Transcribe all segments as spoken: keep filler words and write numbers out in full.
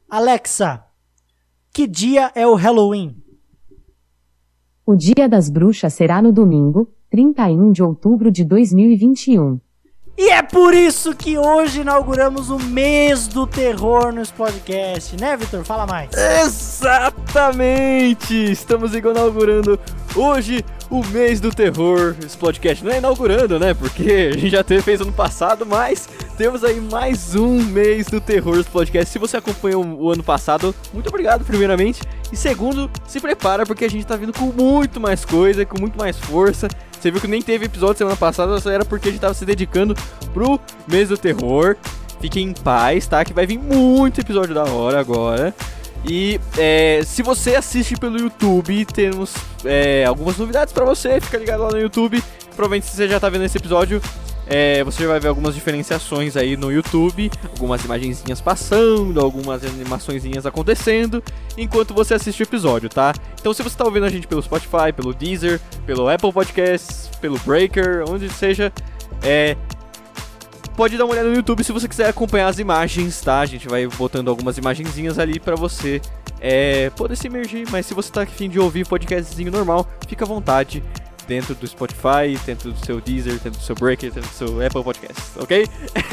Alexa, que dia é o Halloween? O Dia das Bruxas será no domingo, trinta e um de outubro de dois mil e vinte e um. E é por isso que hoje inauguramos o mês do terror nos podcasts, né, Vitor? Fala mais. Exatamente! Estamos inaugurando hoje o mês do terror. Esse podcast não é inaugurando, né? Porque a gente já teve, fez ano passado, mas temos aí mais um mês do terror dos podcasts. Se você acompanhou o ano passado, muito obrigado, primeiramente. E segundo, se prepara, porque a gente tá vindo com muito mais coisa, com muito mais força. Você viu que nem teve episódio semana passada, só era porque a gente tava se dedicando pro mês do terror. Fiquem em paz, tá? Que vai vir muito episódio da hora agora. E é, se você assiste pelo YouTube, temos é, algumas novidades pra você. Fica ligado lá no YouTube. Provavelmente se você já tá vendo esse episódio, é, você vai ver algumas diferenciações aí no YouTube. Algumas imagenzinhas passando, algumas animaçõezinhas acontecendo enquanto você assiste o episódio, tá? Então se você tá ouvindo a gente pelo Spotify, pelo Deezer, pelo Apple Podcasts, pelo Breaker, onde seja, é... pode dar uma olhada no YouTube se você quiser acompanhar as imagens, tá? A gente vai botando algumas imagenzinhas ali pra você é, poder se imergir. Mas se você tá afim de ouvir podcastzinho normal, fica à vontade dentro do Spotify, dentro do seu Deezer, dentro do seu Breaker, dentro do seu Apple Podcasts, ok?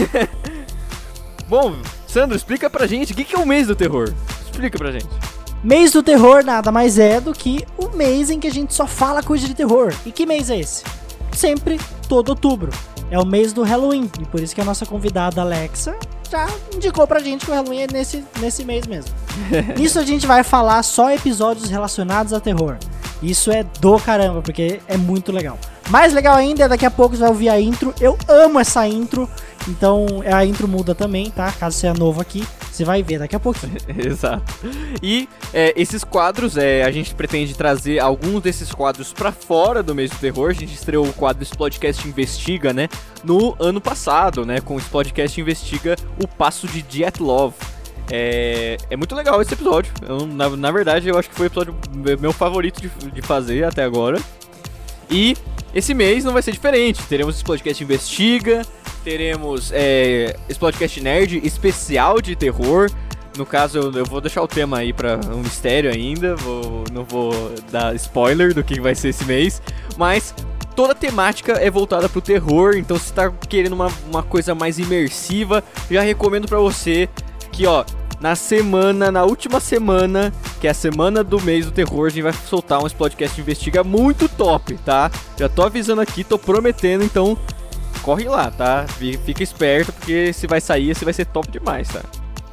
Bom, Sandro, explica pra gente o que é o mês do terror. Explica pra gente. Mês do terror nada mais é do que o mês em que a gente só fala coisa de terror. E que mês é esse? Sempre todo outubro. É o mês do Halloween, e por isso que a nossa convidada Alexa já indicou pra gente que o Halloween é nesse, nesse mês mesmo. Nisso a gente vai falar só episódios relacionados a terror. Isso é do caramba, porque é muito legal. Mais legal ainda é daqui a pouco você vai ouvir a intro. Eu amo essa intro, então a intro muda também, tá? Caso você é novo aqui, você vai ver daqui a pouquinho. Exato. E é, esses quadros, é, a gente pretende trazer alguns desses quadros pra fora do mês do terror. A gente estreou o quadro Explodcast Investiga, né? No ano passado, né? Com o Explodcast Investiga o Passo de Dyatlov. É, é muito legal esse episódio. Eu, na, na verdade, eu acho que foi o episódio meu favorito de, de fazer até agora. E esse mês não vai ser diferente. Teremos esse podcast Investiga, teremos é, esse podcast Nerd especial de terror. No caso, eu, eu vou deixar o tema aí pra um mistério ainda. Vou, não vou dar spoiler do que vai ser esse mês. Mas toda a temática é voltada pro terror. Então, se você tá querendo uma, uma coisa mais imersiva, já recomendo pra você que, ó, na semana, na última semana, que é a semana do mês do terror, a gente vai soltar um podcast Investiga muito top, tá? Já tô avisando aqui, tô prometendo, então corre lá, tá? Fica esperto, porque se vai sair, esse vai ser top demais, tá?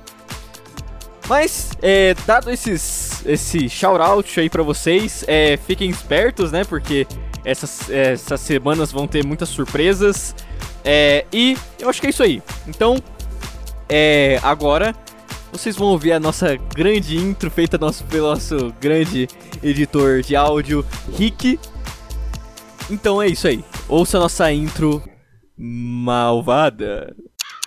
Mas, é, dado esses, esse shout-out aí pra vocês, é, fiquem espertos, né? Porque essas, essas semanas vão ter muitas surpresas, é, e eu acho que é isso aí. Então, é, agora vocês vão ouvir a nossa grande intro feita nosso, pelo nosso grande editor de áudio, Rick. Então é isso aí. Ouça a nossa intro malvada.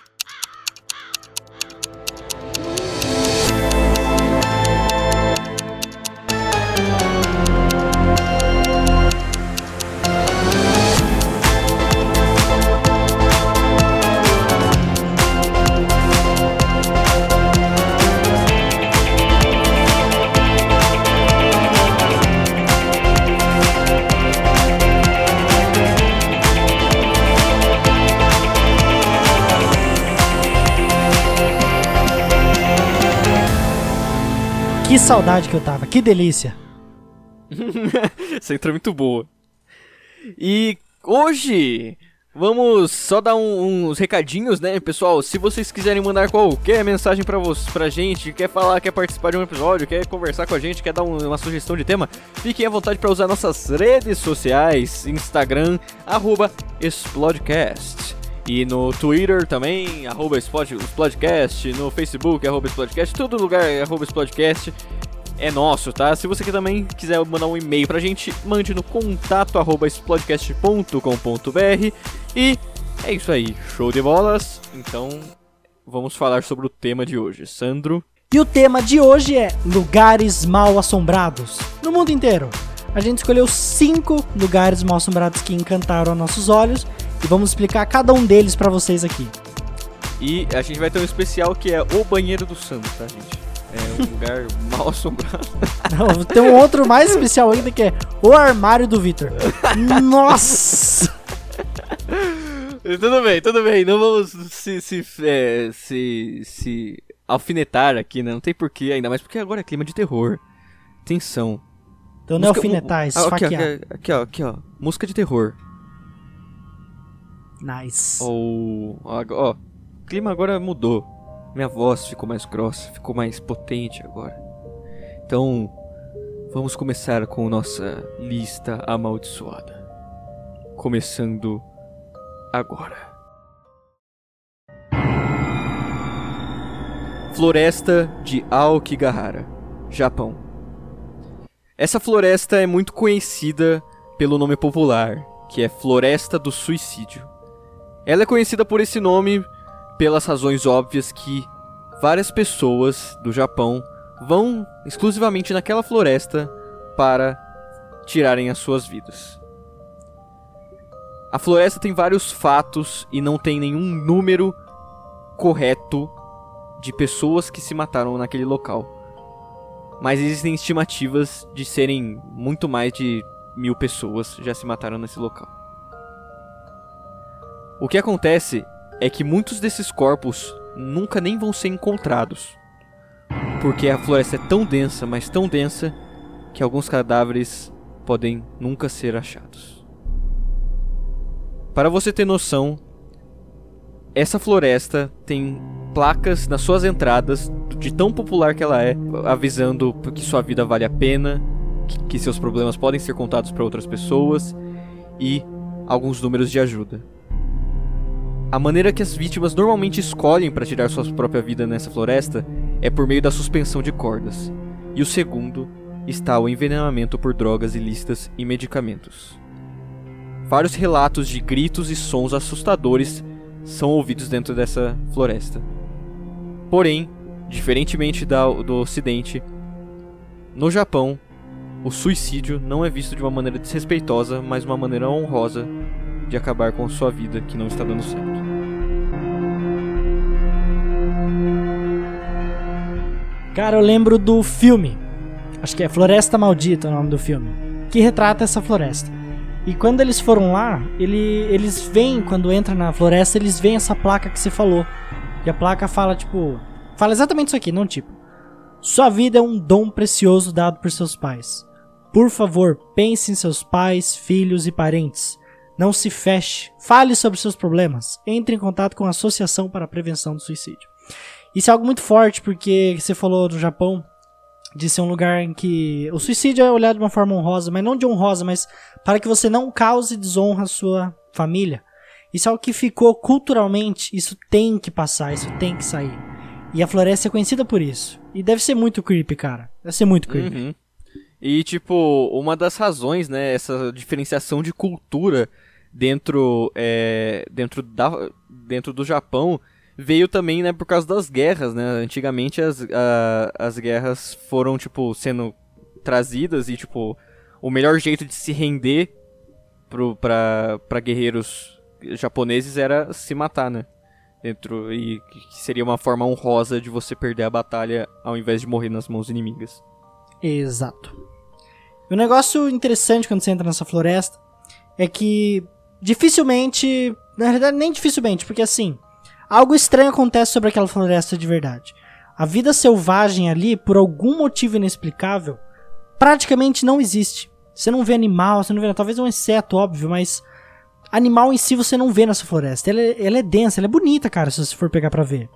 Que saudade que eu tava, que delícia. Essa intro é muito boa. E hoje vamos só dar um, uns recadinhos, né, pessoal? Se vocês quiserem mandar qualquer mensagem pra, você, pra gente, quer falar, quer participar de um episódio, quer conversar com a gente, quer dar um, uma sugestão de tema, fiquem à vontade pra usar nossas redes sociais, Instagram, arroba Explodcast. E no Twitter também, arroba Explodcast, no Facebook, arroba Explodcast, todo lugar é arroba Explodcast, é nosso, tá? Se você também quiser mandar um e-mail pra gente, mande no contato arroba explodcast ponto com ponto br. E é isso aí, show de bolas. Então, vamos falar sobre o tema de hoje, Sandro. E o tema de hoje é lugares mal assombrados no mundo inteiro. A gente escolheu cinco lugares mal assombrados que encantaram aos nossos olhos e vamos explicar cada um deles pra vocês aqui. E a gente vai ter um especial que é o banheiro do Sandro, tá, gente? É um lugar mal assombrado. Não, tem um outro mais especial ainda que é o armário do Victor. Nossa! Tudo bem, tudo bem. Não vamos se, se, é, se, se alfinetar aqui, né? Não tem porquê, ainda mais porque agora é clima de terror. Tensão. Então não é alfinetar, é esfaquear. Aqui, aqui, aqui, ó, aqui, ó. Música de terror. Nice. Ou... Ó, ó, o clima agora mudou. Minha voz ficou mais grossa, ficou mais potente agora. Então, vamos começar com nossa lista amaldiçoada. Começando agora. Floresta de Aokigahara, Japão. Essa floresta é muito conhecida pelo nome popular, que é Floresta do Suicídio. Ela é conhecida por esse nome pelas razões óbvias que várias pessoas do Japão vão exclusivamente naquela floresta para tirarem as suas vidas. A floresta tem vários fatos e não tem nenhum número correto de pessoas que se mataram naquele local. Mas existem estimativas de serem muito mais de mil pessoas já se mataram nesse local. O que acontece é que muitos desses corpos nunca nem vão ser encontrados, porque a floresta é tão densa, mas tão densa, que alguns cadáveres podem nunca ser achados. Para você ter noção, essa floresta tem placas nas suas entradas, de tão popular que ela é, avisando que sua vida vale a pena, que, que seus problemas podem ser contados para outras pessoas e alguns números de ajuda. A maneira que as vítimas normalmente escolhem para tirar sua própria vida nessa floresta é por meio da suspensão de cordas. E o segundo está o envenenamento por drogas ilícitas e medicamentos. Vários relatos de gritos e sons assustadores são ouvidos dentro dessa floresta. Porém, diferentemente da, do Ocidente, no Japão, o suicídio não é visto de uma maneira desrespeitosa, mas uma maneira honrosa de acabar com sua vida que não está dando certo. Cara, eu lembro do filme, acho que é Floresta Maldita o nome do filme, que retrata essa floresta. E quando eles foram lá, ele, eles veem, quando entra na floresta, eles veem essa placa que você falou. E a placa fala, tipo, fala exatamente isso aqui, não tipo: sua vida é um dom precioso dado por seus pais. Por favor, pense em seus pais, filhos e parentes. Não se feche, fale sobre seus problemas, entre em contato com a Associação para a Prevenção do Suicídio. Isso é algo muito forte, porque você falou do Japão, de ser um lugar em que o suicídio é olhado de uma forma honrosa, mas não de honrosa, mas para que você não cause desonra à sua família. Isso é algo que ficou culturalmente, isso tem que passar, isso tem que sair. E a floresta é conhecida por isso. E deve ser muito creepy, cara. Deve ser muito creepy. Uhum. E, tipo, uma das razões, né, essa diferenciação de cultura dentro, é, dentro, da, dentro do Japão veio também, né, por causa das guerras, né? Antigamente as, a, as guerras foram, tipo, sendo trazidas e, tipo, o melhor jeito de se render pro, pra, pra guerreiros japoneses era se matar, né? Dentro, e que seria uma forma honrosa de você perder a batalha ao invés de morrer nas mãos inimigas. Exato. E um negócio interessante quando você entra nessa floresta é que dificilmente, na realidade nem dificilmente, porque assim, algo estranho acontece sobre aquela floresta de verdade. A vida selvagem ali, por algum motivo inexplicável, praticamente não existe. Você não vê animal, você não vê, talvez um inseto, óbvio, mas animal em si você não vê nessa floresta. Ela é, ela é densa, ela é bonita, cara, se você for pegar pra ver.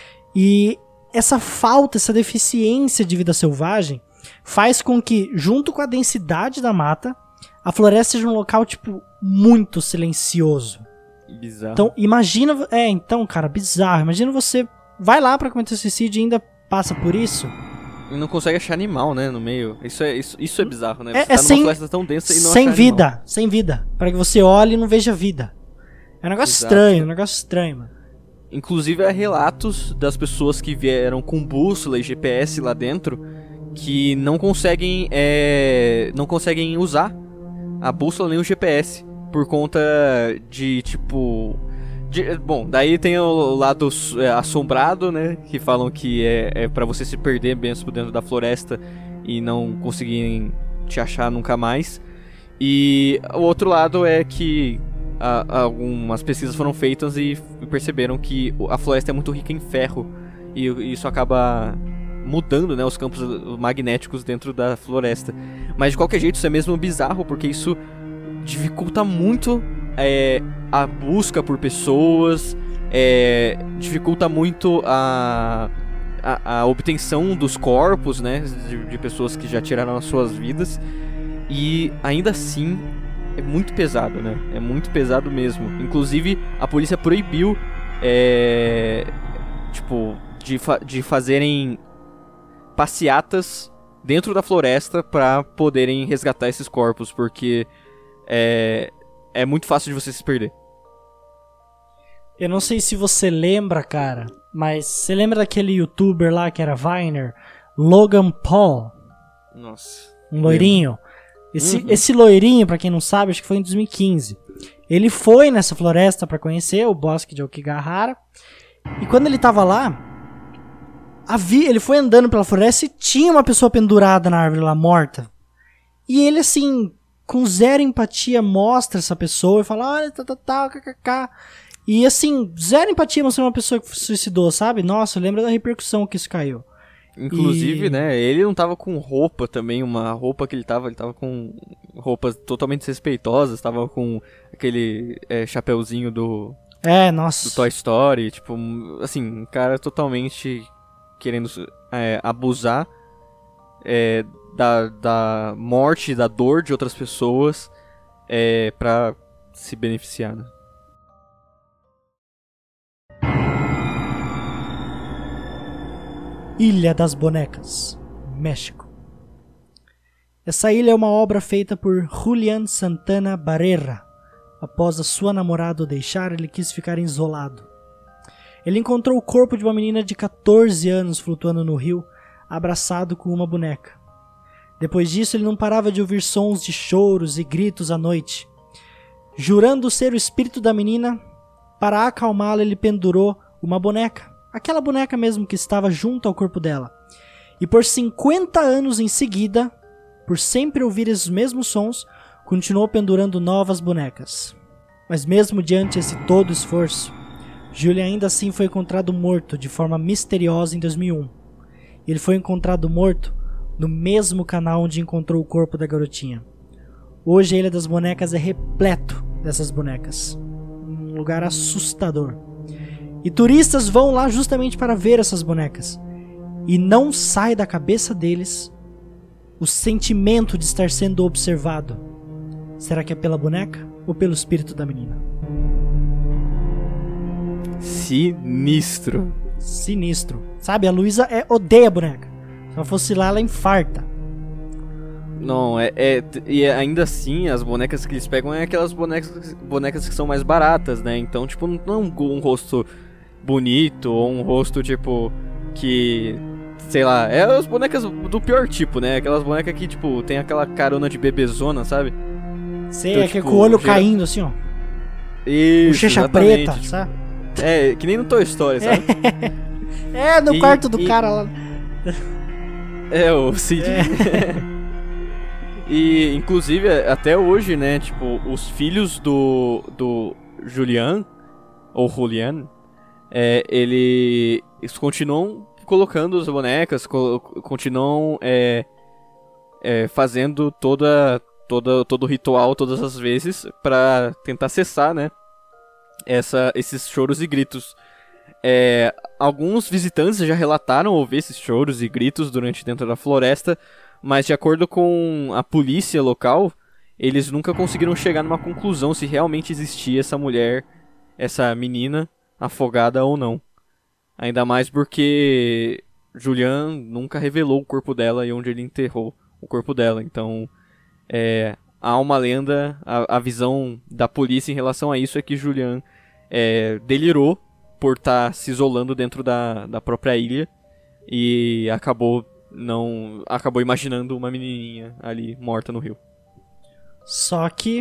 E essa falta, essa deficiência de vida selvagem faz com que, junto com a densidade da mata, a floresta seja um local, tipo, muito silencioso. Bizarro. Então, imagina... É, então, cara, bizarro. Imagina você vai lá pra cometer suicídio e ainda passa por isso. E não consegue achar animal, né, no meio. Isso é, isso, isso é bizarro, né? É, você é tá sem, numa floresta tão densa e não sem achar vida, animal. sem vida. Para que você olhe e não veja vida. É um negócio Exato. estranho, um negócio estranho, mano. Inclusive, há relatos das pessoas que vieram com bússola e G P S lá dentro que não conseguem, é, não conseguem usar a bússola nem o G P S por conta de, tipo, De, bom, daí tem o lado é, assombrado, né? Que falam que é, é para você se perder mesmo dentro da floresta e não conseguirem te achar nunca mais. E o outro lado é que a, algumas pesquisas foram feitas e perceberam que a floresta é muito rica em ferro. E isso acaba mudando, né, os campos magnéticos dentro da floresta. Mas de qualquer jeito isso é mesmo bizarro, porque isso dificulta muito é, a busca por pessoas, é, dificulta muito a, a, a obtenção dos corpos, né, de, de pessoas que já tiraram as suas vidas. E ainda assim é muito pesado, né? É muito pesado mesmo. Inclusive a polícia proibiu é, tipo, de, fa- de fazerem passeatas dentro da floresta para poderem resgatar esses corpos, porque é, é muito fácil de você se perder. Eu não sei se você lembra, cara, mas você lembra daquele youtuber lá que era Viner? Logan Paul? Nossa. Um loirinho? Esse, Uhum. esse loirinho, pra quem não sabe, acho que foi em dois mil e quinze. Ele foi nessa floresta pra conhecer o bosque de Aokigahara. E quando ele tava lá, havia, ele foi andando pela floresta e tinha uma pessoa pendurada na árvore lá, morta. E ele, assim, com zero empatia, mostra essa pessoa e fala, olha, tá, tá, tá, kkk. E, assim, zero empatia mostrando uma pessoa que se suicidou, sabe? Nossa, lembra da repercussão que isso caiu. Inclusive, E- né, ele não tava com roupa também, uma roupa que ele tava, ele tava com roupas totalmente desrespeitosas, tava com aquele é, chapeuzinho do, É, nossa. do Toy Story, tipo, assim, um cara totalmente querendo é, abusar é, da, da morte, da dor de outras pessoas é, pra se beneficiar, né? Ilha das Bonecas, México. Essa ilha é uma obra feita por Julián Santana Barrera. Após a sua namorada o deixar, ele quis ficar isolado. Ele encontrou o corpo de uma menina de catorze anos flutuando no rio, abraçado com uma boneca. Depois disso, ele não parava de ouvir sons de choros e gritos à noite. Jurando ser o espírito da menina, para acalmá-la, ele pendurou uma boneca. Aquela boneca mesmo que estava junto ao corpo dela. E por cinquenta anos em seguida, por sempre ouvir esses mesmos sons, continuou pendurando novas bonecas. Mas mesmo diante desse todo esforço, Julian ainda assim foi encontrado morto de forma misteriosa em dois mil e um. Ele foi encontrado morto no mesmo canal onde encontrou o corpo da garotinha. Hoje a Ilha das Bonecas é repleto dessas bonecas. Um lugar assustador. E turistas vão lá justamente para ver essas bonecas. E não sai da cabeça deles o sentimento de estar sendo observado. Será que é pela boneca ou pelo espírito da menina? Sinistro. Sinistro. Sabe, a Luísa é, odeia boneca. Se ela fosse lá, ela infarta. Não, é, é. E ainda assim, as bonecas que eles pegam é aquelas bonecas, bonecas que são mais baratas, né? Então, tipo, não é um, um rosto bonito ou um rosto, tipo, que. Sei lá, é as bonecas do pior tipo, né? Aquelas bonecas que, tipo, tem aquela carona de bebezona, sabe? Sei, Então, é que é tipo, com o olho geral- caindo assim, ó. Isso, Bochecha exatamente, preta, tipo, sabe? É, que nem no Toy Story, sabe? É, no E- quarto do e- cara lá. É, o Cid. É. E, inclusive, até hoje, né, tipo, os filhos do, do Julian, ou Julian, é, ele, eles continuam colocando as bonecas, co- continuam é, é, fazendo toda, toda, todo o ritual todas as vezes pra tentar cessar, né, essa, esses choros e gritos. É, alguns visitantes já relataram ouvir esses choros e gritos durante dentro da floresta, mas de acordo com a polícia local, eles nunca conseguiram chegar numa conclusão se realmente existia essa mulher, essa menina, afogada ou não. Ainda mais porque Julian nunca revelou o corpo dela e onde ele enterrou o corpo dela. Então, é, há uma lenda, a, a visão da polícia em relação a isso é que Julian é, delirou por estar se isolando dentro da, da própria ilha e acabou não acabou imaginando uma menininha ali morta no rio. Só que,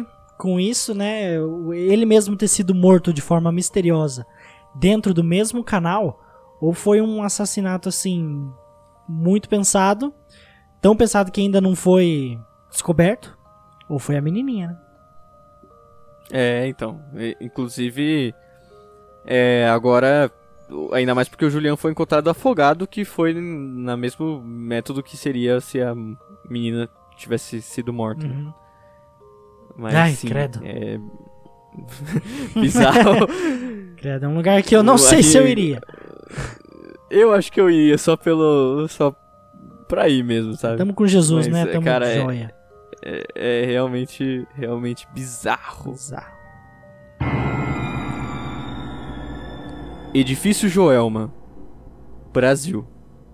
com isso, né, ele mesmo ter sido morto de forma misteriosa dentro do mesmo canal, ou foi um assassinato, assim, muito pensado, tão pensado que ainda não foi descoberto, ou foi a menininha, né? É, então, inclusive, é, agora, ainda mais porque o Julian foi encontrado afogado, que foi no mesmo método que seria se a menina tivesse sido morta. Uhum. Mas, Ai, sim, credo. é bizarro. Credo, é um lugar que eu não sei Aí, se eu iria. Eu acho que eu iria só pelo, só pra ir mesmo, sabe? Tamo com Jesus, Mas, né? Tamo cara, é- joia. É, é realmente, realmente bizarro. Bizarro. Edifício Joelma, Brasil.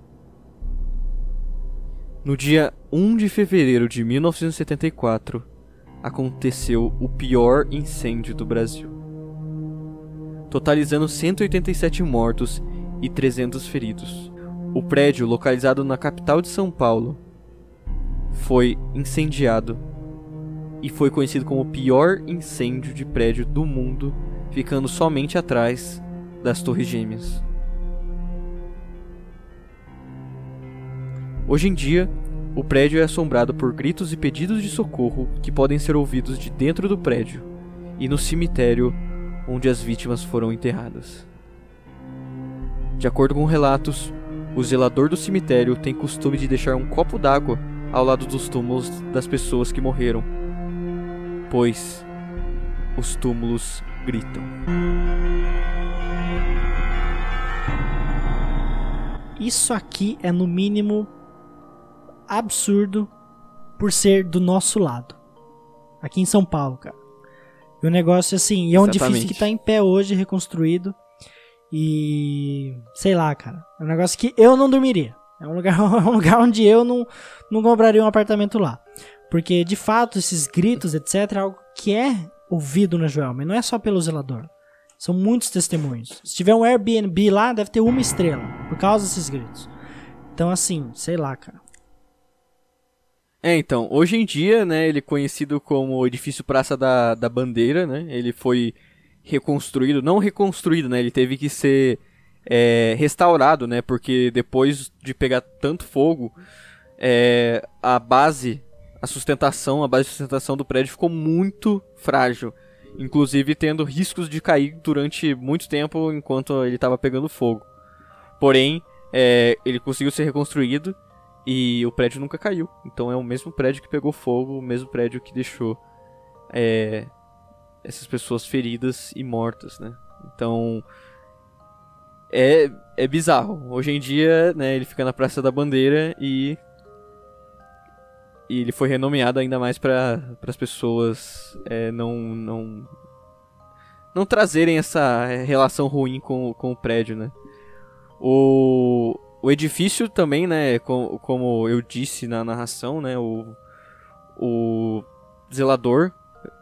No dia um de fevereiro de mil novecentos e setenta e quatro, aconteceu o pior incêndio do Brasil, totalizando cento e oitenta e sete mortos e trezentos feridos. O prédio, localizado na capital de São Paulo, foi incendiado e foi conhecido como o pior incêndio de prédio do mundo, ficando somente atrás das Torres Gêmeas. Hoje em dia, o prédio é assombrado por gritos e pedidos de socorro que podem ser ouvidos de dentro do prédio e no cemitério onde as vítimas foram enterradas. De acordo com relatos, o zelador do cemitério tem costume de deixar um copo d'água ao lado dos túmulos das pessoas que morreram, pois os túmulos gritam. Isso aqui é no mínimo absurdo por ser do nosso lado. Aqui em São Paulo, cara. E o negócio assim, e é um Exatamente. edifício que tá em pé hoje, reconstruído. E sei lá, cara. É um negócio que eu não dormiria. É um lugar, é um lugar onde eu não, não compraria um apartamento lá. Porque, de fato, esses gritos, etcétera, é algo que é ouvido na Joelma. E não é só pelo zelador. São muitos testemunhos. Se tiver um Airbnb lá, deve ter uma estrela. Por causa desses gritos. Então, assim, sei lá, cara. É, então, hoje em dia, né, ele é conhecido como o Edifício Praça da, da Bandeira, né? Ele foi reconstruído, não reconstruído, né? Ele teve que ser é, restaurado, né? Porque depois de pegar tanto fogo, é, a base, a sustentação, a base de sustentação do prédio ficou muito frágil. Inclusive tendo riscos de cair durante muito tempo enquanto ele estava pegando fogo. Porém, é, ele conseguiu ser reconstruído e o prédio nunca caiu. Então é o mesmo prédio que pegou fogo, o mesmo prédio que deixou é, essas pessoas feridas e mortas, né? Então é, é bizarro. Hoje em dia, né, ele fica na Praça da Bandeira e, e ele foi renomeado ainda mais para as pessoas é, não, não, não trazerem essa relação ruim com, com o prédio, né? O... O edifício também, né, como, como eu disse na narração, né, o, o zelador,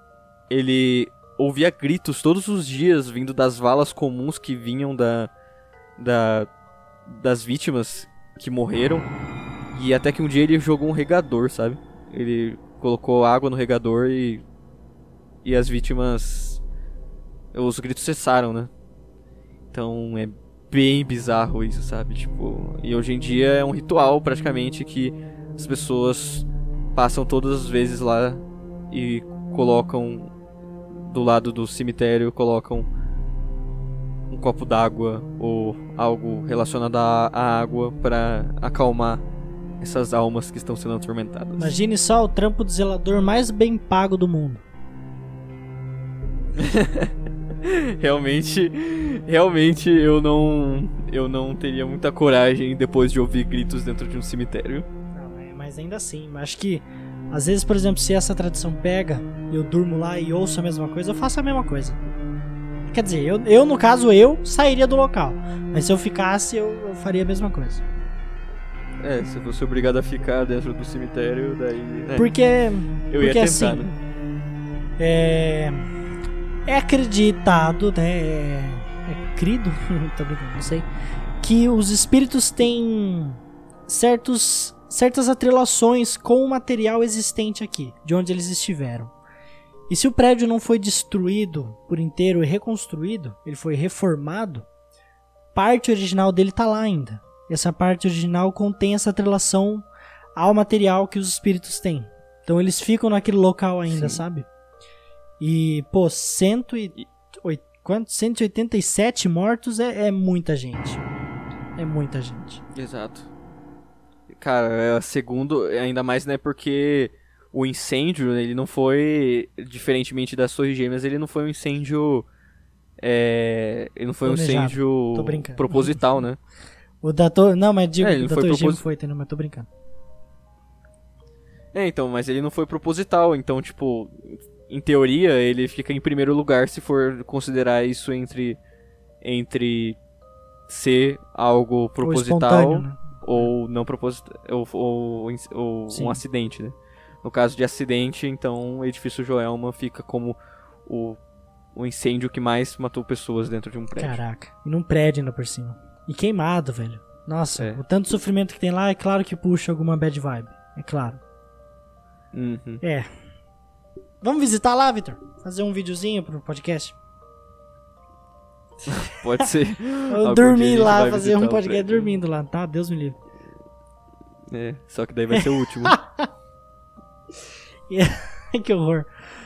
ele ouvia gritos todos os dias vindo das valas comuns que vinham da, da, das vítimas que morreram, e até que um dia ele jogou um regador, sabe? Ele colocou água no regador e, e as vítimas, os gritos cessaram, né? Então é bem bizarro isso, sabe? Tipo, e hoje em dia é um ritual praticamente que as pessoas passam todas as vezes lá e colocam do lado do cemitério, colocam um copo d'água ou algo relacionado à à água para acalmar essas almas que estão sendo atormentadas. Imagine só o trampo do zelador mais bem pago do mundo. Realmente, realmente eu não, eu não teria muita coragem depois de ouvir gritos dentro de um cemitério. Não, é, mas ainda assim, acho que às vezes, por exemplo, se essa tradição pega, eu durmo lá e ouço a mesma coisa, eu faço a mesma coisa. Quer dizer, eu, eu no caso, eu sairia do local, mas se eu ficasse, eu, eu faria a mesma coisa. É, se eu fosse obrigado a ficar dentro do cemitério, daí... Né, Porque, eu ia porque tentar, assim, né? é... É acreditado, né? É, é crido, tá brincando, não sei. Que os espíritos têm certos, certas atrelações com o material existente aqui, de onde eles estiveram. E se o prédio não foi destruído por inteiro e reconstruído, ele foi reformado, parte original dele tá lá ainda. Essa parte original contém essa atrelação ao material que os espíritos têm. Então eles ficam naquele local ainda, Sim. sabe? E, pô, cento e, oito, quanto? cento e oitenta e sete mortos é, é muita gente. É muita gente. Exato. Cara, é segundo, ainda mais, né, porque o incêndio, ele não foi, diferentemente das Torres Gêmeas, ele não foi um incêndio, é, ele não foi Planejado. um incêndio proposital, né? O da Torre, não, mas digo, é, o da foi Torre propos... Gêmeas foi, entendeu? Mas tô brincando. É, então, mas ele não foi proposital, então, tipo, em teoria, ele fica em primeiro lugar se for considerar isso entre, entre ser algo proposital ou, né? ou não proposital, ou, ou, ou um acidente, né? No caso de acidente, então, o edifício Joelma fica como o, o incêndio que mais matou pessoas dentro de um prédio. Caraca, e num prédio ainda por cima. E queimado, velho. Nossa, é. o tanto de sofrimento que tem lá, é claro que puxa alguma bad vibe. É claro. Uhum. É. Vamos visitar lá, Vitor? Fazer um videozinho pro podcast? Pode ser. Eu dormir lá, fazer um podcast dormindo lá, tá? Deus me livre. É, só que daí vai ser o último. Que horror.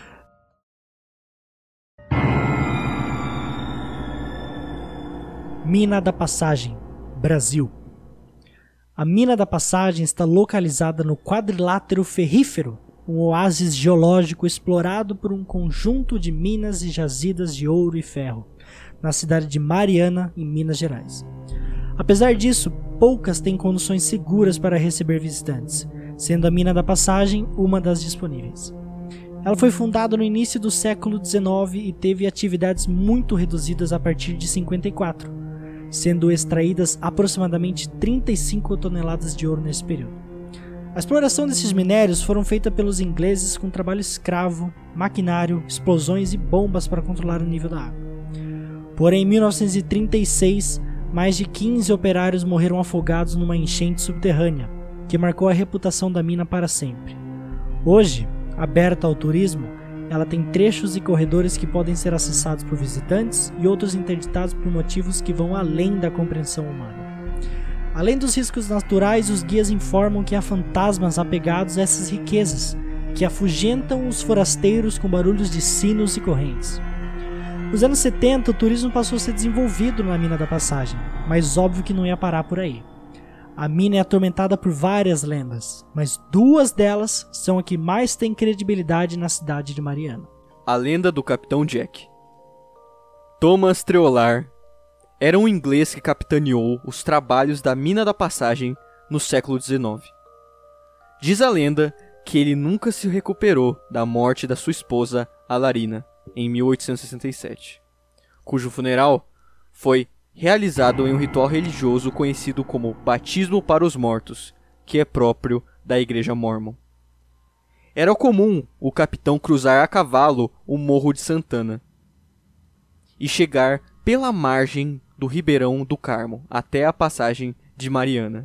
Mina da Passagem, Brasil. A Mina da Passagem está localizada no quadrilátero ferrífero, um oásis geológico explorado por um conjunto de minas e jazidas de ouro e ferro, na cidade de Mariana, em Minas Gerais. Apesar disso, poucas têm condições seguras para receber visitantes, sendo a Mina da Passagem uma das disponíveis. Ela foi fundada no início do século dezenove e teve atividades muito reduzidas a partir de cinquenta e quatro, sendo extraídas aproximadamente trinta e cinco toneladas de ouro nesse período. A exploração desses minérios foram feita pelos ingleses com trabalho escravo, maquinário, explosões e bombas para controlar o nível da água. Porém, em mil novecentos e trinta e seis, mais de quinze operários morreram afogados numa enchente subterrânea, que marcou a reputação da mina para sempre. Hoje, aberta ao turismo, ela tem trechos e corredores que podem ser acessados por visitantes e outros interditados por motivos que vão além da compreensão humana. Além dos riscos naturais, os guias informam que há fantasmas apegados a essas riquezas, que afugentam os forasteiros com barulhos de sinos e correntes. Nos anos setenta, o turismo passou a ser desenvolvido na Mina da Passagem, mas óbvio que não ia parar por aí. A mina é atormentada por várias lendas, mas duas delas são a que mais tem credibilidade na cidade de Mariana. A lenda do Capitão Jack. Thomas Treolar era um inglês que capitaneou os trabalhos da Mina da Passagem no século dezenove. Diz a lenda que ele nunca se recuperou da morte da sua esposa, Alarina, em mil oitocentos e sessenta e sete, cujo funeral foi realizado em um ritual religioso conhecido como Batismo para os Mortos, que é próprio da Igreja Mórmon. Era comum o capitão cruzar a cavalo o Morro de Santana e chegar pela margem do Ribeirão do Carmo até a passagem de Mariana.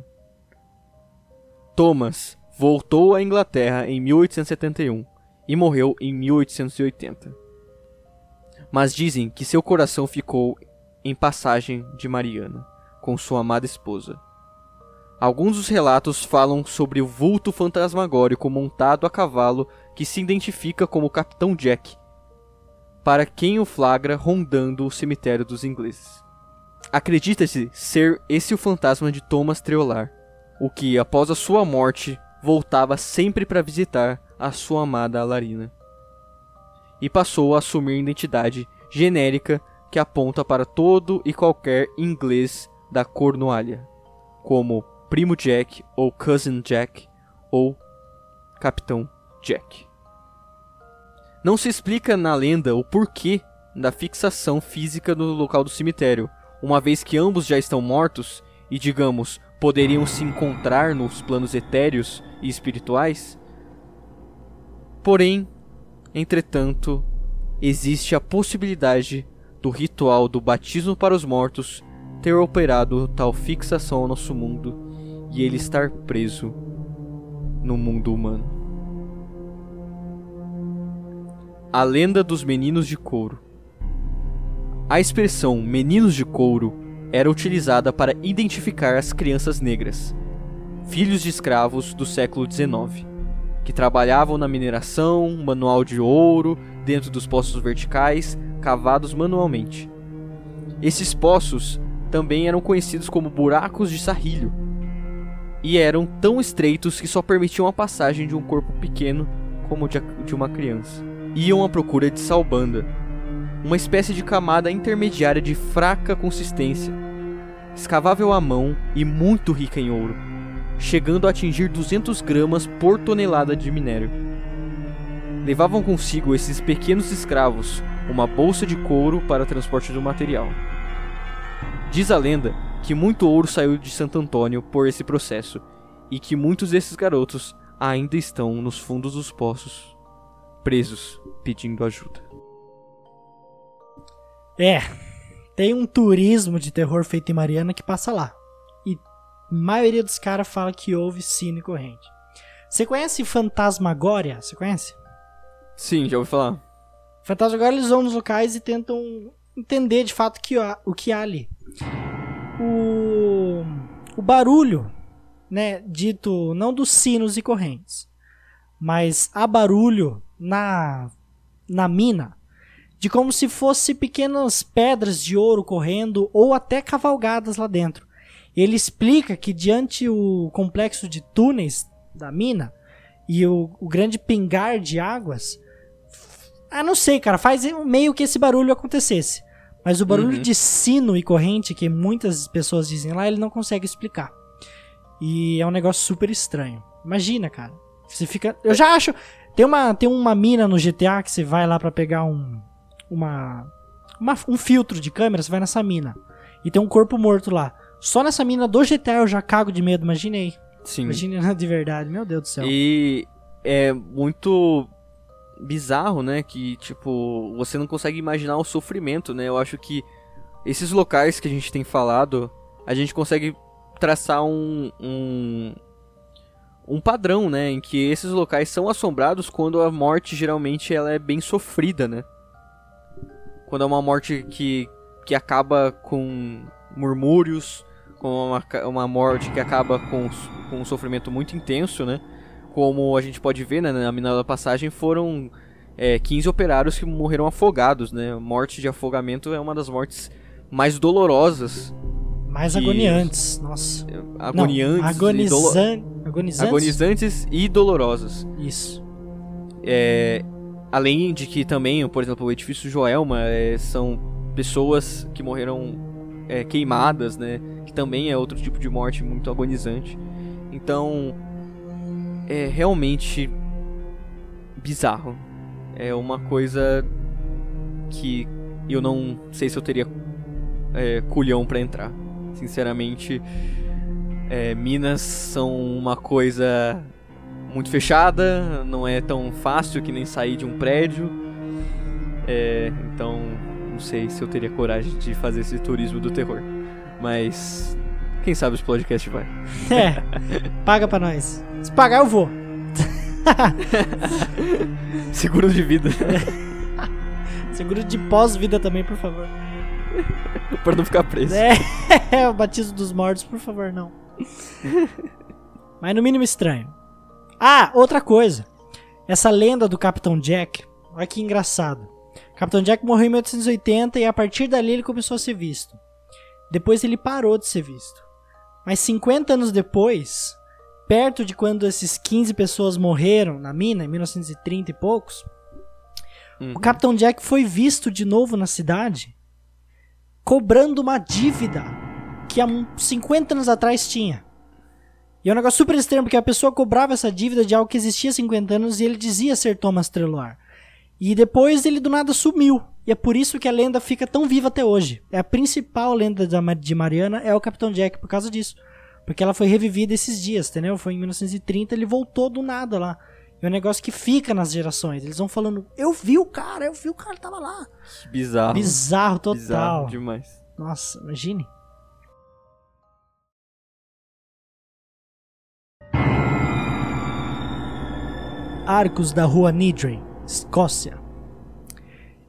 Thomas voltou à Inglaterra em mil oitocentos e setenta e um e morreu em mil oitocentos e oitenta. Mas dizem que seu coração ficou em Passagem de Mariana, com sua amada esposa. Alguns dos relatos falam sobre o vulto fantasmagórico montado a cavalo que se identifica como Capitão Jack, para quem o flagra rondando o cemitério dos ingleses. Acredita-se ser esse o fantasma de Thomas Treolar, o que, após a sua morte, voltava sempre para visitar a sua amada Alarina, e passou a assumir identidade genérica que aponta para todo e qualquer inglês da Cornualha, como Primo Jack ou Cousin Jack ou Capitão Jack. Não se explica na lenda o porquê da fixação física no local do cemitério, uma vez que ambos já estão mortos e, digamos, poderiam se encontrar nos planos etéreos e espirituais. Porém, entretanto, existe a possibilidade do ritual do batismo para os mortos ter operado tal fixação ao nosso mundo e ele estar preso no mundo humano. A lenda dos meninos de couro. A expressão meninos de couro era utilizada para identificar as crianças negras, filhos de escravos do século dezenove, que trabalhavam na mineração manual de ouro dentro dos poços verticais cavados manualmente. Esses poços também eram conhecidos como buracos de sarrilho e eram tão estreitos que só permitiam a passagem de um corpo pequeno como o de uma criança. Iam à procura de salbanda, uma espécie de camada intermediária de fraca consistência, escavável à mão e muito rica em ouro, chegando a atingir duzentas gramas por tonelada de minério. Levavam consigo esses pequenos escravos uma bolsa de couro para transporte do material. Diz a lenda que muito ouro saiu de Santo Antônio por esse processo e que muitos desses garotos ainda estão nos fundos dos poços, presos, pedindo ajuda. É, tem um turismo de terror feito em Mariana que passa lá. E a maioria dos caras fala que houve sino e corrente. Você conhece Fantasmagória? Você conhece? Sim, já ouvi falar. Fantasmagória, eles vão nos locais e tentam entender de fato que há, o que há ali. O, o barulho, né, dito não dos sinos e correntes, mas há barulho na, na mina, de como se fosse pequenas pedras de ouro correndo ou até cavalgadas lá dentro. Ele explica que diante o complexo de túneis da mina e o, o grande pingar de águas, ah, não sei, cara, faz meio que esse barulho acontecesse. Mas o barulho uhum. de sino e corrente, que muitas pessoas dizem lá, ele não consegue explicar. E é um negócio super estranho. Imagina, cara. Você fica... Eu já acho... Tem uma, tem uma mina no G T A que você vai lá pra pegar um... Uma, uma... Um filtro de câmera, você vai nessa mina. E tem um corpo morto lá. Só nessa mina do G T A eu já cago de medo, imaginei. Sim. Imagina de verdade, meu Deus do céu. E é muito... bizarro, né, que, tipo, você não consegue imaginar o sofrimento, né, eu acho que esses locais que a gente tem falado, a gente consegue traçar um, um, um padrão, né, em que esses locais são assombrados quando a morte, geralmente, ela é bem sofrida, né, quando é uma morte que, que acaba com murmúrios, com uma, uma morte que acaba com, com um sofrimento muito intenso, né. Como a gente pode ver, né, na mina da passagem, foram é, quinze operários que morreram afogados, né? A morte de afogamento é uma das mortes mais dolorosas. Mais que... agoniantes, nossa. Agoniantes, Não, agonizan... e dolo... agonizantes? agonizantes e dolorosas. Isso. É, além de que também, por exemplo, o edifício Joelma é, são pessoas que morreram é, queimadas, né? Que também é outro tipo de morte muito agonizante. Então... é realmente bizarro. É uma coisa que eu não sei se eu teria é, culhão pra entrar. Sinceramente, é, minas são uma coisa muito fechada, não é tão fácil que nem sair de um prédio. É, então, não sei se eu teria coragem de fazer esse turismo do terror. Mas... quem sabe esse podcast vai. É, paga pra nós. Se pagar, eu vou. Seguro de vida. Seguro de pós-vida também, por favor. Pra não ficar preso. É, o batismo dos mortos, por favor, não. Mas no mínimo estranho. Ah, outra coisa. Essa lenda do Capitão Jack, olha que engraçado. Capitão Jack morreu em mil oitocentos e oitenta e a partir dali ele começou a ser visto. Depois ele parou de ser visto. Mas cinquenta anos depois, perto de quando esses quinze pessoas morreram na mina, em mil novecentos e trinta e poucos, uhum. o Capitão Jack foi visto de novo na cidade, cobrando uma dívida que há cinquenta anos atrás tinha. E é um negócio super estranho, porque a pessoa cobrava essa dívida de algo que existia há cinquenta anos e ele dizia ser Thomas Treloar. E depois ele do nada sumiu. E é por isso que a lenda fica tão viva até hoje. É a principal lenda de Mariana é o Capitão Jack, por causa disso. Porque ela foi revivida esses dias, entendeu? Foi em mil novecentos e trinta, ele voltou do nada lá. É um negócio que fica nas gerações. Eles vão falando, eu vi o cara, eu vi o cara, tava lá. Bizarro. Bizarro total. Bizarro demais. Nossa, imagine. Arcos da Rua Nidre, Escócia.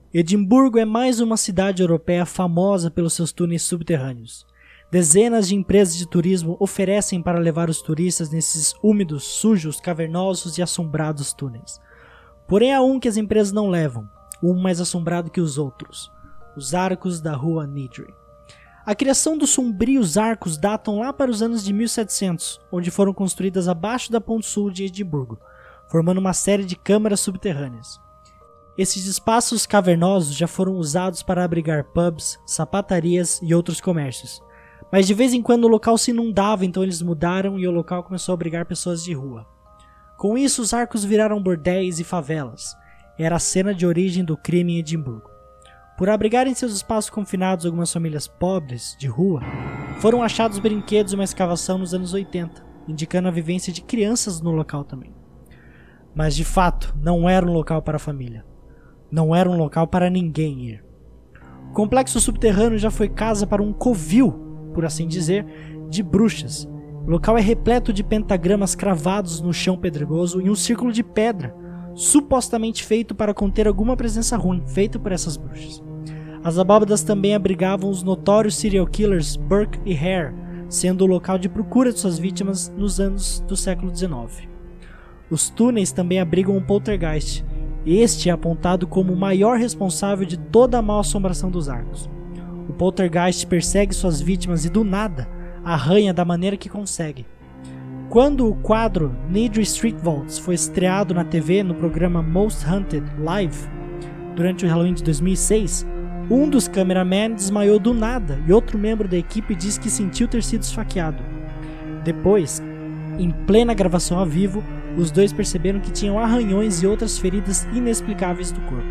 Edimburgo é mais uma cidade europeia famosa pelos seus túneis subterrâneos. Dezenas de empresas de turismo oferecem para levar os turistas nesses úmidos, sujos, cavernosos e assombrados túneis. Porém há um que as empresas não levam, um mais assombrado que os outros, os arcos da Rua Nidri. A criação dos sombrios arcos datam lá para os anos de mil e setecentos, onde foram construídas abaixo da ponte sul de Edimburgo, formando uma série de câmaras subterrâneas. Esses espaços cavernosos já foram usados para abrigar pubs, sapatarias e outros comércios. Mas de vez em quando o local se inundava, então eles mudaram e o local começou a abrigar pessoas de rua. Com isso, os arcos viraram bordéis e favelas. Era a cena de origem do crime em Edimburgo. Por abrigarem seus espaços confinados algumas famílias pobres, de rua, foram achados brinquedos e uma escavação nos anos oitenta, indicando a vivência de crianças no local também. Mas de fato, não era um local para a família. Não era um local para ninguém ir. O complexo subterrâneo já foi casa para um covil, por assim dizer, de bruxas. O local é repleto de pentagramas cravados no chão pedregoso em um círculo de pedra, supostamente feito para conter alguma presença ruim, feito por essas bruxas. As abóbadas também abrigavam os notórios serial killers Burke e Hare, sendo o local de procura de suas vítimas nos anos do século dezenove. Os túneis também abrigam um poltergeist. Este é apontado como o maior responsável de toda a má assombração dos arcos. O poltergeist persegue suas vítimas e do nada arranha da maneira que consegue. Quando o quadro Nidri Street Vaults foi estreado na T V no programa Most Haunted Live durante o Halloween de dois mil e seis, um dos cameramen desmaiou do nada e outro membro da equipe disse que sentiu ter sido esfaqueado. Depois, em plena gravação ao vivo, os dois perceberam que tinham arranhões e outras feridas inexplicáveis do corpo.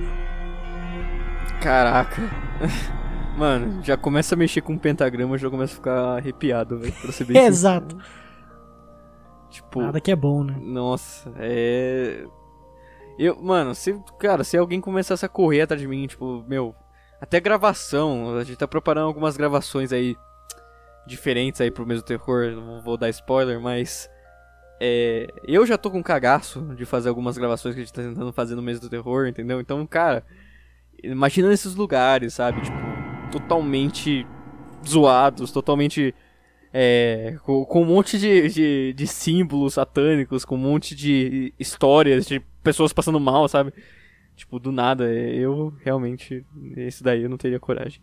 Caraca. Mano, já começa a mexer com um pentagrama, já começa a ficar arrepiado, velho, pra ser bem Exato. Tipo, nada que é bom, né? Nossa, é... Eu, mano, se, cara, se alguém começasse a correr atrás de mim, tipo, meu... Até gravação, a gente tá preparando algumas gravações aí diferentes aí pro mês do terror, não vou dar spoiler, mas... É, eu já tô com cagaço de fazer algumas gravações que a gente tá tentando fazer no mês do terror, entendeu? Então, cara, imagina esses lugares, sabe? Tipo, totalmente zoados, totalmente é, com, com um monte de, de, de símbolos satânicos, com um monte de histórias de pessoas passando mal, sabe? Tipo, do nada, eu realmente, esse daí eu não teria coragem.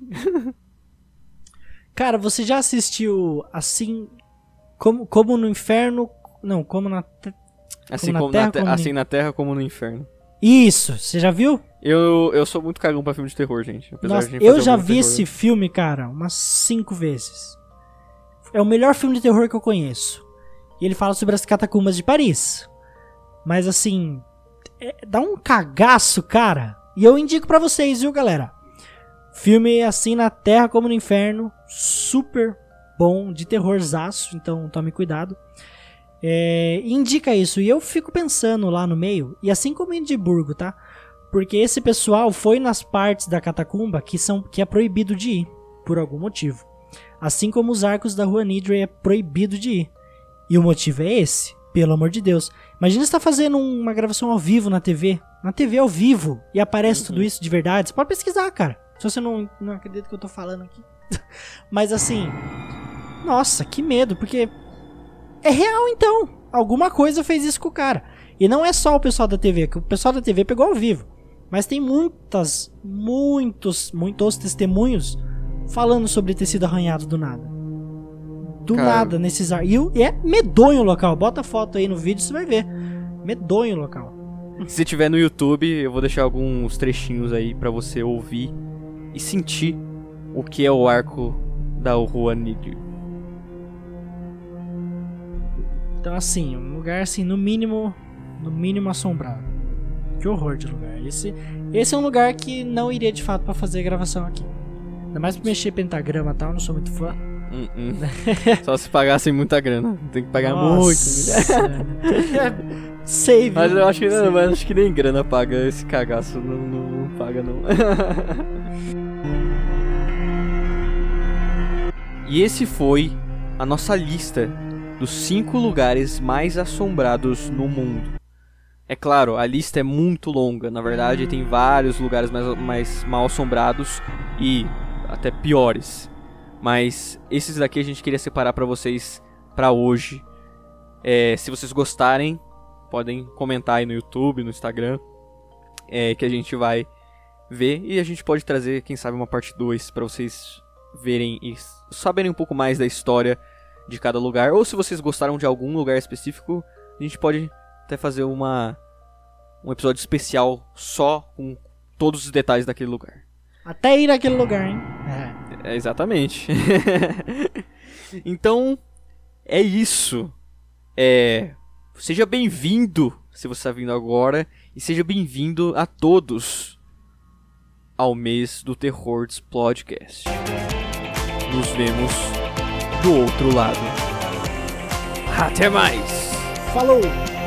Cara, você já assistiu assim, como, como no inferno, não, como na, te, assim, como como na terra, na te, como assim no... na terra como no inferno. Isso, você já viu? Eu, eu sou muito cagão pra filme de terror, gente. Apesar Nossa, de a gente eu fazer já algum vi terror. esse filme, cara, umas cinco vezes. É o melhor filme de terror que eu conheço. E ele fala sobre as catacumbas de Paris. Mas assim, é, dá um cagaço, cara. E eu indico pra vocês, viu, galera? Filme assim na terra como no inferno. Super bom, de terrorzaço. Então tome cuidado. É, indica isso. E eu fico pensando lá no meio. E assim como em Edimburgo, tá? Porque esse pessoal foi nas partes da catacumba que, são, que é proibido de ir. Por algum motivo. Assim como os arcos da Rua Nidri é proibido de ir. E o motivo é esse. Pelo amor de Deus. Imagina você tá fazendo uma gravação ao vivo na T V. Na T V ao vivo. E aparece uhum. tudo isso de verdade. Você pode pesquisar, cara. Se você não, não acredita que eu tô falando aqui. Mas assim... Nossa, que medo. Porque... É real, então. Alguma coisa fez isso com o cara. E não é só o pessoal da T V. Que o pessoal da T V pegou ao vivo. Mas tem muitas... Muitos... Muitos testemunhos... Falando sobre ter sido arranhado do nada. Do cara. nada, nesses ar... E é medonho o local. Bota a foto aí no vídeo, você vai ver. Medonho o local. Se tiver no YouTube, eu vou deixar alguns trechinhos aí pra você ouvir e sentir o que é o arco da Rua Nidri. Então assim, um lugar assim, no mínimo, no mínimo assombrado. Que horror de lugar. Esse, esse é um lugar que não iria de fato pra fazer gravação aqui. Ainda mais pra mexer pentagrama e tal, não sou muito fã. Hum, hum. Só se pagassem muita grana. Tem que pagar Nossa. muito. Sei, mas eu acho que sei. não, mas acho que nem grana paga esse cagaço. Não, não, não paga não. E esse foi a nossa lista dos cinco lugares mais assombrados no mundo. É claro, a lista é muito longa. Na verdade, tem vários lugares mais, mais mal assombrados e até piores. Mas esses daqui a gente queria separar pra vocês pra hoje. É, se vocês gostarem, podem comentar aí no YouTube, no Instagram, é, que a gente vai ver. E a gente pode trazer, quem sabe, uma parte dois pra vocês verem e saberem um pouco mais da história de cada lugar. Ou se vocês gostaram de algum lugar específico, a gente pode até fazer uma, um episódio especial só com todos os detalhes daquele lugar. Até ir naquele lugar, hein? É, é exatamente. Então, é isso. É, seja bem-vindo, se você está vindo agora, e seja bem-vindo a todos ao mês do Terror Podcast. Nos vemos do outro lado. Até mais! Falou!